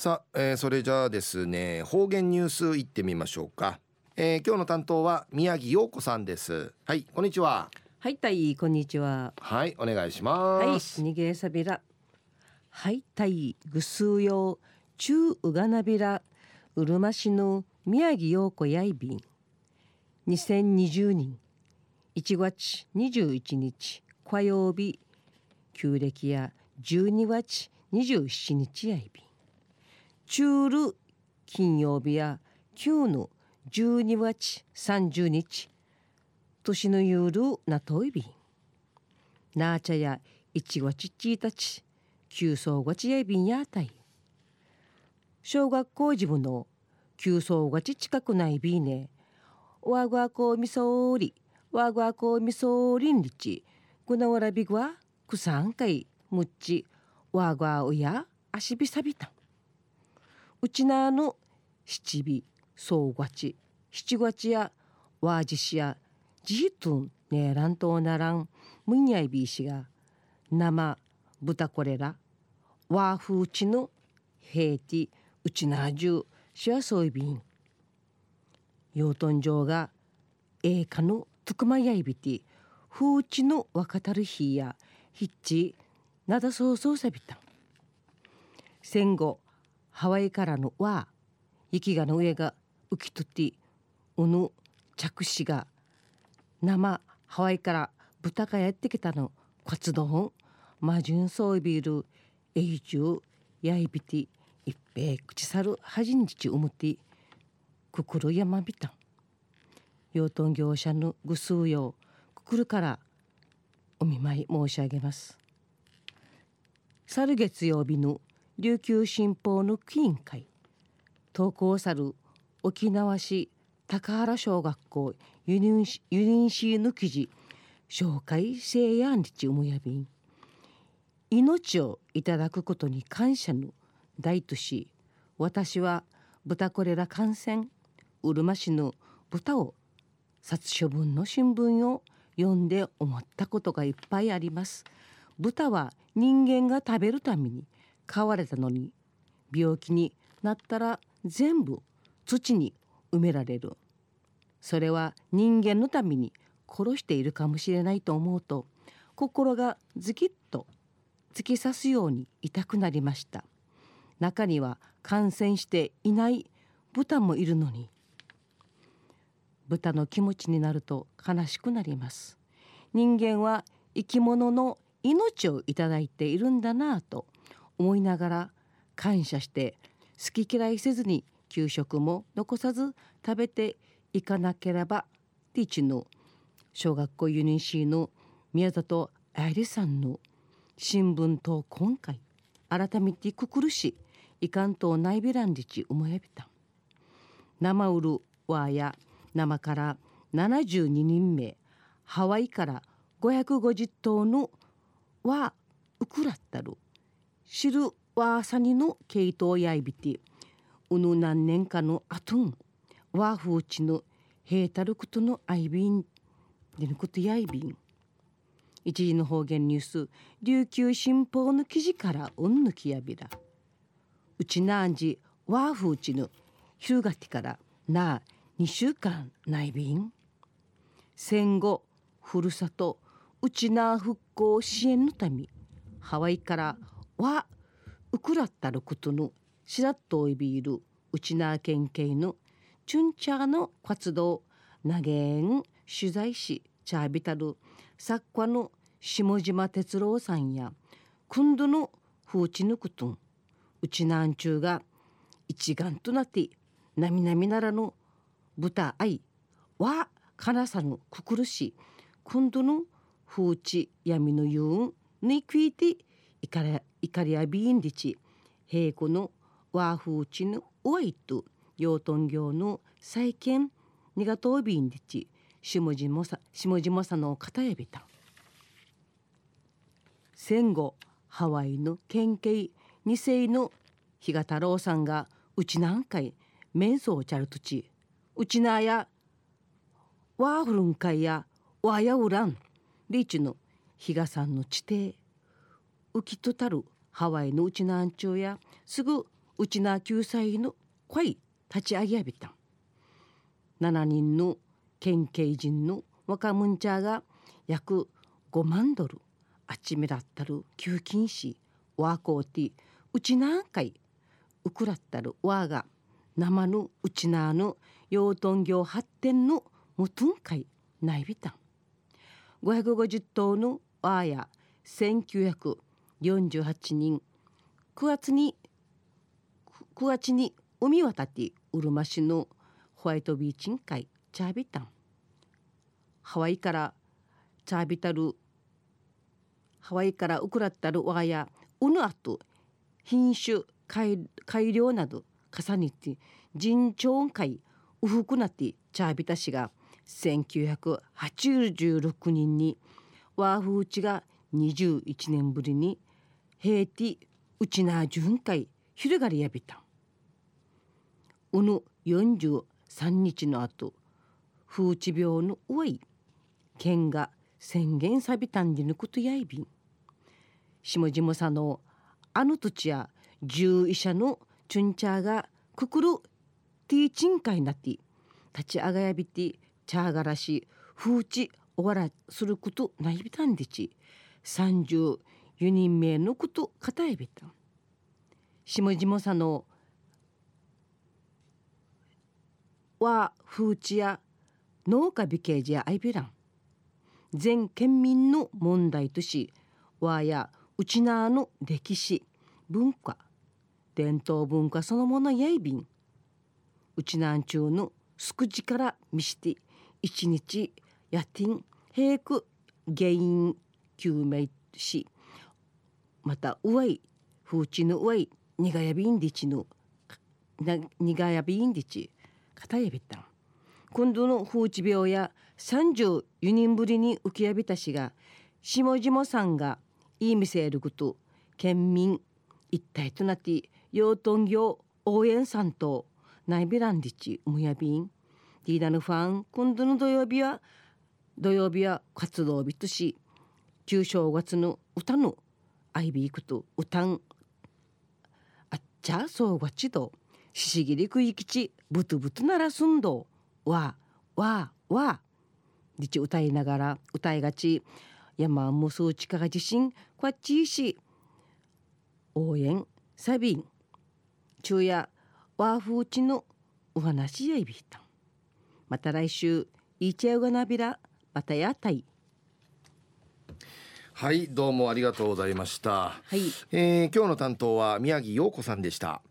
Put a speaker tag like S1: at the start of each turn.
S1: さあ、それじゃあですね、方言ニュースいってみましょうか。今日の担当は宮城陽子さんです。はい、こんにちは。
S2: はい、たい、こんにちは。
S1: はい、お願いし
S2: はい、
S1: ます。
S2: にげさびら。はい、たい、ぐすうよう、ちゅううがなびら、うるま市の宮城陽子やいびん。2020年1月21日火曜日、旧暦や12月27日やいびん。ちゅうる金曜日や旧の12月30日、年のゆうるなといびん。なあちゃや1月1日、旧正月やいびんやたい。小学校自分の旧正月近くないびんね。わがこみそり、わがこみそりんりち、ぐなわらびぐわ、くさんかい、むっち、わがおや、あしびさびたん。うちなの七尾、総月、七月や、わじしや、じひとんねえらんとならん、むんやいびいしが、生、豚これら、わふうちの、へいて、うちなじゅう、しわそういびん。養豚場が、えかのとくまやいびて、ふうちのわかたるひや、ひっち、なだそうそうさびたん。戦後、ハワイからのは、雪がの上が浮きとって、うぬ着手が、生ハワイから豚がやってきたの、活動ん、マジュンソイビール、永住、やいびて、一平口さるはじんじちうむて、くくるやまびたん。養豚業者のぐすうよう、くくるから、お見舞い申し上げます。去る月曜日の琉球新報の委員会、投稿さる沖縄市高原小学校ユニンシーの記事、紹介せいやんりちうむやびん。命をいただくことに感謝の大都市、私は豚これら感染、うるま市の豚を殺処分の新聞を読んで思ったことがいっぱいあります。豚は人間が食べるために飼われたのに、病気になったら全部土に埋められる。それは人間のために殺しているかもしれないと思うと、心がズキッと突き刺すように痛くなりました。中には感染していない豚もいるのに、豚の気持ちになると悲しくなります。人間は生き物の命をいただいているんだなぁと思いながら、感謝して好き嫌いせずに給食も残さず食べていかなければティーチの小学校ユニシーの宮里愛理さんの新聞と今回改めてくくるし、いかんとないびらんりち思いやびた。生うるわや生から72人目、ハワイから550頭のはウクラッタル知るわさにの系統やいびて、うぬ何年かのあとんわふうちのへいたることのあいびんでのことやいびん。一時の方言ニュース、琉球新報の記事からうんぬきやびら、うちなんじわふうちのひるがてからな2週間ないびん。戦後ふるさとうちな復興支援のため、ハワイからはウクラッタることのしらっといびいるうちな県警のチュンチャーの活動なげん取材しチャービタル作家の下島哲郎さんや今度の風知ぬくとんうちなんちゅうが一丸となってなみなみならぬ豚愛はかなさぬくくるし、今度の風知闇のゆうんにくいていかりやびんりち平子の和風知のおいと養豚業の再建にがとうびんりち下島さの片やびた。戦後ハワイの県警二世の比嘉太郎さんがうちなんかい面相ちゃるとちうちなやワーフルン会やワヤウランリーチの比嘉さんの地底浮きとたるハワイのうちなんちゅうやすぐうちな9歳の恋立ち上げやびたん。7人の県警人の若者茶が約5万ドルあちめらったる給金しワーコーティうちなかいうくらったるワーが生のうちなの養豚業発展のもとんかいないびたん。550頭のワーや1948人9月に海渡ってうるま市のホワイトビーチン会チャービタン。ハワイからチャービタルハワイからウクラッタルワーやうぬあと品種改良など重ねて人長会ウフクナティチャービタ氏が1986人にワーフーチが21年ぶりにヘイティウチナー巡回広がりやびた。うぬ43日の後風地病の上い県が宣言さびたんでぬことやいびん。下々さのあの土地や獣医者のチュンチャーがくくるティーチン会なって立ち上がやびてチャーガラし風地終わらすることないびたんでち34人目のことかたえびたん。下々さのは風地や農家美形じやアイビラン全県民の問題としわやうちなの歴史文化伝統文化そのものやいびんうちなんちゅうのすくじから見して一日やってん平く原因究明しまたうわい風地のうわいにがやびんでちのにがやびんでちかたやびたん。今度の風地病や34人ぶりに浮きやびたしが下々さんがいい見せること県民一体となって養豚業応援さんとナイビランディチムヤビンディーダヌファン今度の土曜日は活動日とし旧正月の歌のアイビークと歌んあっちゃそうがちどししぎりくいきちブトブトならすんどわりち歌いながら歌いがち山もそうちかが自信こっちいし応援サビン昼夜ワーフーチのお話やいびいた。また来週いちゃうがなびらまたやたい。
S1: はい、どうもありがとうございました。
S2: はい、
S1: 今日の担当は宮城陽子さんでした。